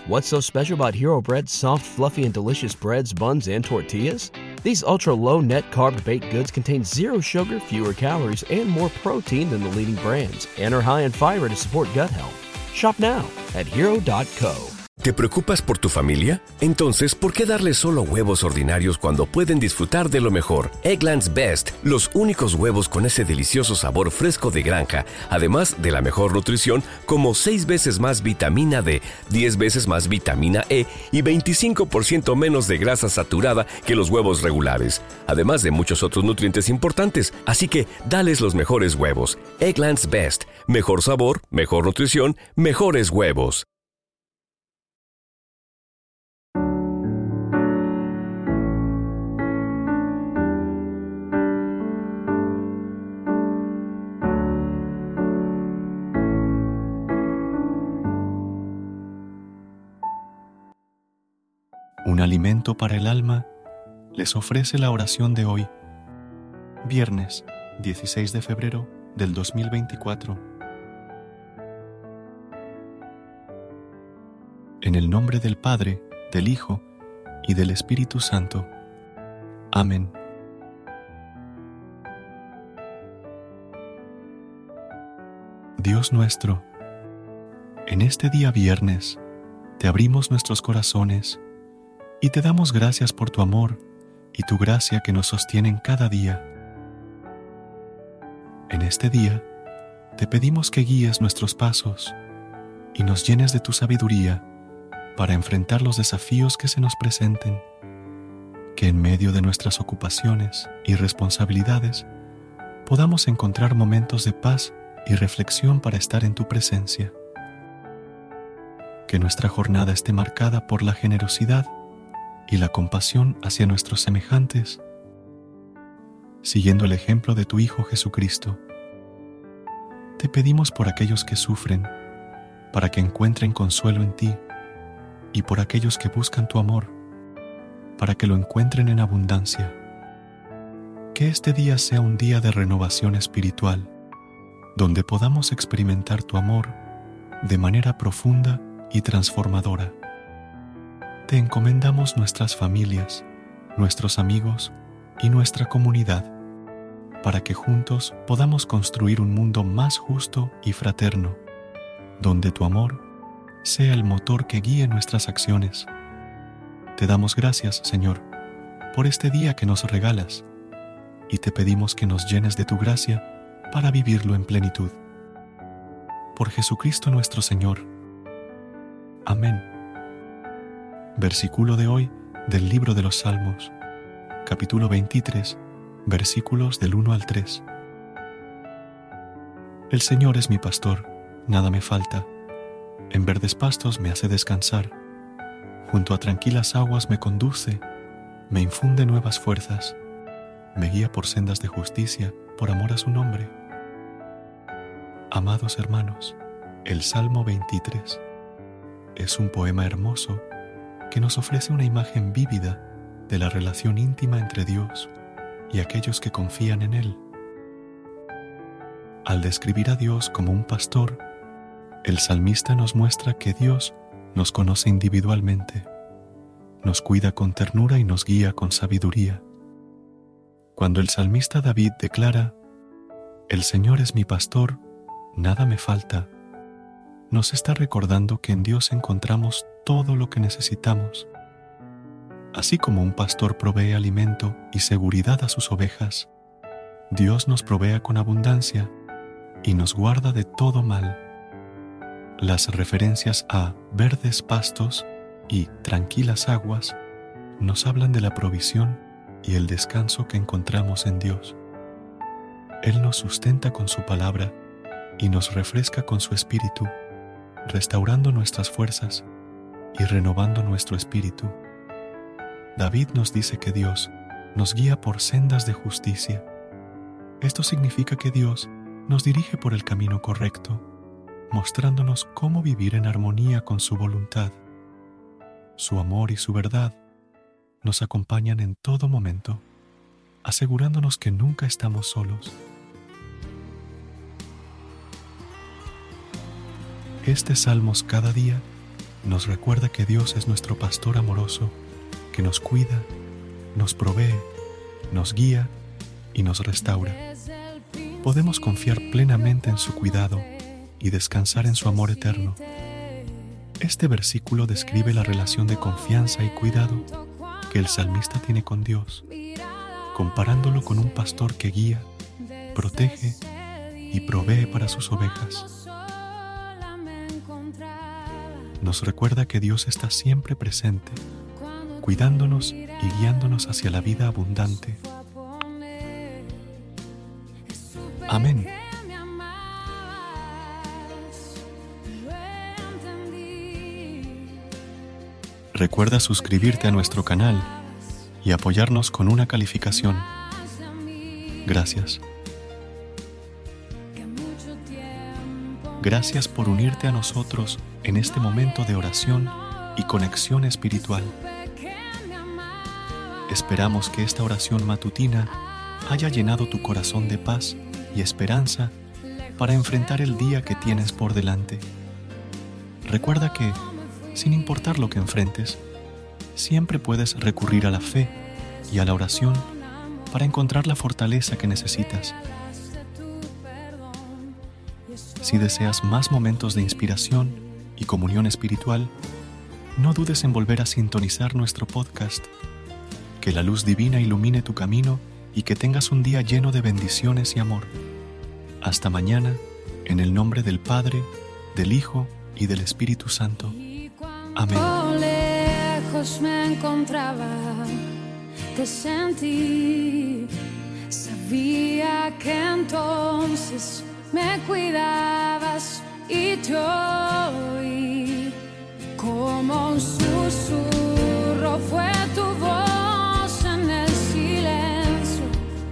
What's so special about Hero Bread's soft, fluffy, and delicious breads, buns, and tortillas? These ultra-low net-carb baked goods contain zero sugar, fewer calories, and more protein than the leading brands, and are high in fiber to support gut health. Shop now at Hero.co. ¿Te preocupas por tu familia? Entonces, ¿por qué darles solo huevos ordinarios cuando pueden disfrutar de lo mejor? Eggland's Best, los únicos huevos con ese delicioso sabor fresco de granja, además de la mejor nutrición, como 6 veces más vitamina D, 10 veces más vitamina E y 25% menos de grasa saturada que los huevos regulares, además de muchos otros nutrientes importantes. Así que, dales los mejores huevos. Eggland's Best, mejor sabor, mejor nutrición, mejores huevos. Un alimento para el alma les ofrece la oración de hoy, viernes 16 de febrero del 2024. En el nombre del Padre, del Hijo y del Espíritu Santo. Amén. Dios nuestro, en este día viernes te abrimos nuestros corazones y te damos gracias por tu amor y tu gracia que nos sostienen cada día. En este día, te pedimos que guíes nuestros pasos y nos llenes de tu sabiduría para enfrentar los desafíos que se nos presenten, que en medio de nuestras ocupaciones y responsabilidades podamos encontrar momentos de paz y reflexión para estar en tu presencia. Que nuestra jornada esté marcada por la generosidad y la compasión hacia nuestros semejantes, siguiendo el ejemplo de tu Hijo Jesucristo. Te pedimos por aquellos que sufren, para que encuentren consuelo en ti, y por aquellos que buscan tu amor, para que lo encuentren en abundancia. Que este día sea un día de renovación espiritual, donde podamos experimentar tu amor de manera profunda y transformadora. Te encomendamos nuestras familias, nuestros amigos y nuestra comunidad, para que juntos podamos construir un mundo más justo y fraterno, donde tu amor sea el motor que guíe nuestras acciones. Te damos gracias, Señor, por este día que nos regalas, y te pedimos que nos llenes de tu gracia para vivirlo en plenitud. Por Jesucristo nuestro Señor. Amén. Versículo de hoy del libro de los Salmos, capítulo 23, versículos del 1 al 3. El Señor es mi pastor, nada me falta. En verdes pastos me hace descansar. Junto a tranquilas aguas me conduce, me infunde nuevas fuerzas. Me guía por sendas de justicia, por amor a su nombre. Amados hermanos, el Salmo 23 es un poema hermoso que nos ofrece una imagen vívida de la relación íntima entre Dios y aquellos que confían en Él. Al describir a Dios como un pastor, el salmista nos muestra que Dios nos conoce individualmente, nos cuida con ternura y nos guía con sabiduría. Cuando el salmista David declara, «El Señor es mi pastor, nada me falta», nos está recordando que en Dios encontramos todo lo que necesitamos. Así como un pastor provee alimento y seguridad a sus ovejas, Dios nos provee con abundancia y nos guarda de todo mal. Las referencias a verdes pastos y tranquilas aguas nos hablan de la provisión y el descanso que encontramos en Dios. Él nos sustenta con su palabra y nos refresca con su espíritu, restaurando nuestras fuerzas y renovando nuestro espíritu. David nos dice que Dios nos guía por sendas de justicia. Esto significa que Dios nos dirige por el camino correcto, mostrándonos cómo vivir en armonía con su voluntad. Su amor y su verdad nos acompañan en todo momento, asegurándonos que nunca estamos solos. Este Salmos cada día nos recuerda que Dios es nuestro pastor amoroso, que nos cuida, nos provee, nos guía y nos restaura. Podemos confiar plenamente en su cuidado y descansar en su amor eterno. Este versículo describe la relación de confianza y cuidado que el salmista tiene con Dios, comparándolo con un pastor que guía, protege y provee para sus ovejas. Nos recuerda que Dios está siempre presente, cuidándonos y guiándonos hacia la vida abundante. Amén. Recuerda suscribirte a nuestro canal y apoyarnos con una calificación. Gracias. Gracias por unirte a nosotros en este momento de oración y conexión espiritual. Esperamos que esta oración matutina haya llenado tu corazón de paz y esperanza para enfrentar el día que tienes por delante. Recuerda que, sin importar lo que enfrentes, siempre puedes recurrir a la fe y a la oración para encontrar la fortaleza que necesitas. Si deseas más momentos de inspiración y comunión espiritual, no dudes en volver a sintonizar nuestro podcast. Que la luz divina ilumine tu camino y que tengas un día lleno de bendiciones y amor. Hasta mañana, en el nombre del Padre, del Hijo y del Espíritu Santo. Amén. Lejos me encontraba, te sentí, sabía que entonces me cuidabas y te oí. Como un susurro fue tu voz en el silencio.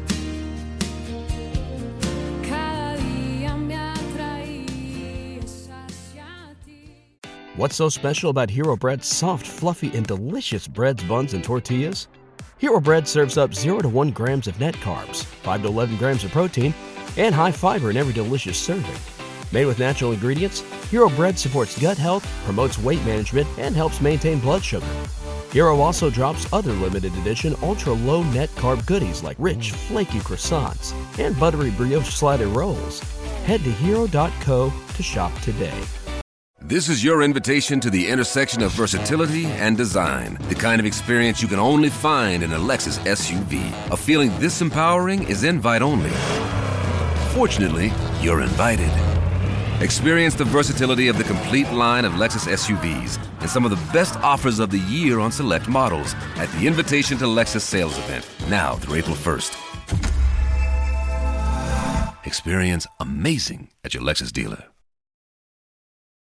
Cada día me atraías hacia ti. What's so special about Hero Bread's soft, fluffy, and delicious breads, buns, and tortillas? Hero Bread serves up 0 to 1 grams of net carbs, 5 to 11 grams of protein, and high fiber in every delicious serving. Made with natural ingredients, Hero Bread supports gut health, promotes weight management, and helps maintain blood sugar. Hero also drops other limited edition ultra-low net carb goodies like rich, flaky croissants and buttery brioche slider rolls. Head to hero.co to shop today. This is your invitation to the intersection of versatility and design. The kind of experience you can only find in a Lexus SUV. A feeling this empowering is invite only. Fortunately, you're invited. Experience the versatility of the complete line of Lexus SUVs and some of the best offers of the year on select models at the Invitation to Lexus sales event, now through April 1st. Experience amazing at your Lexus dealer.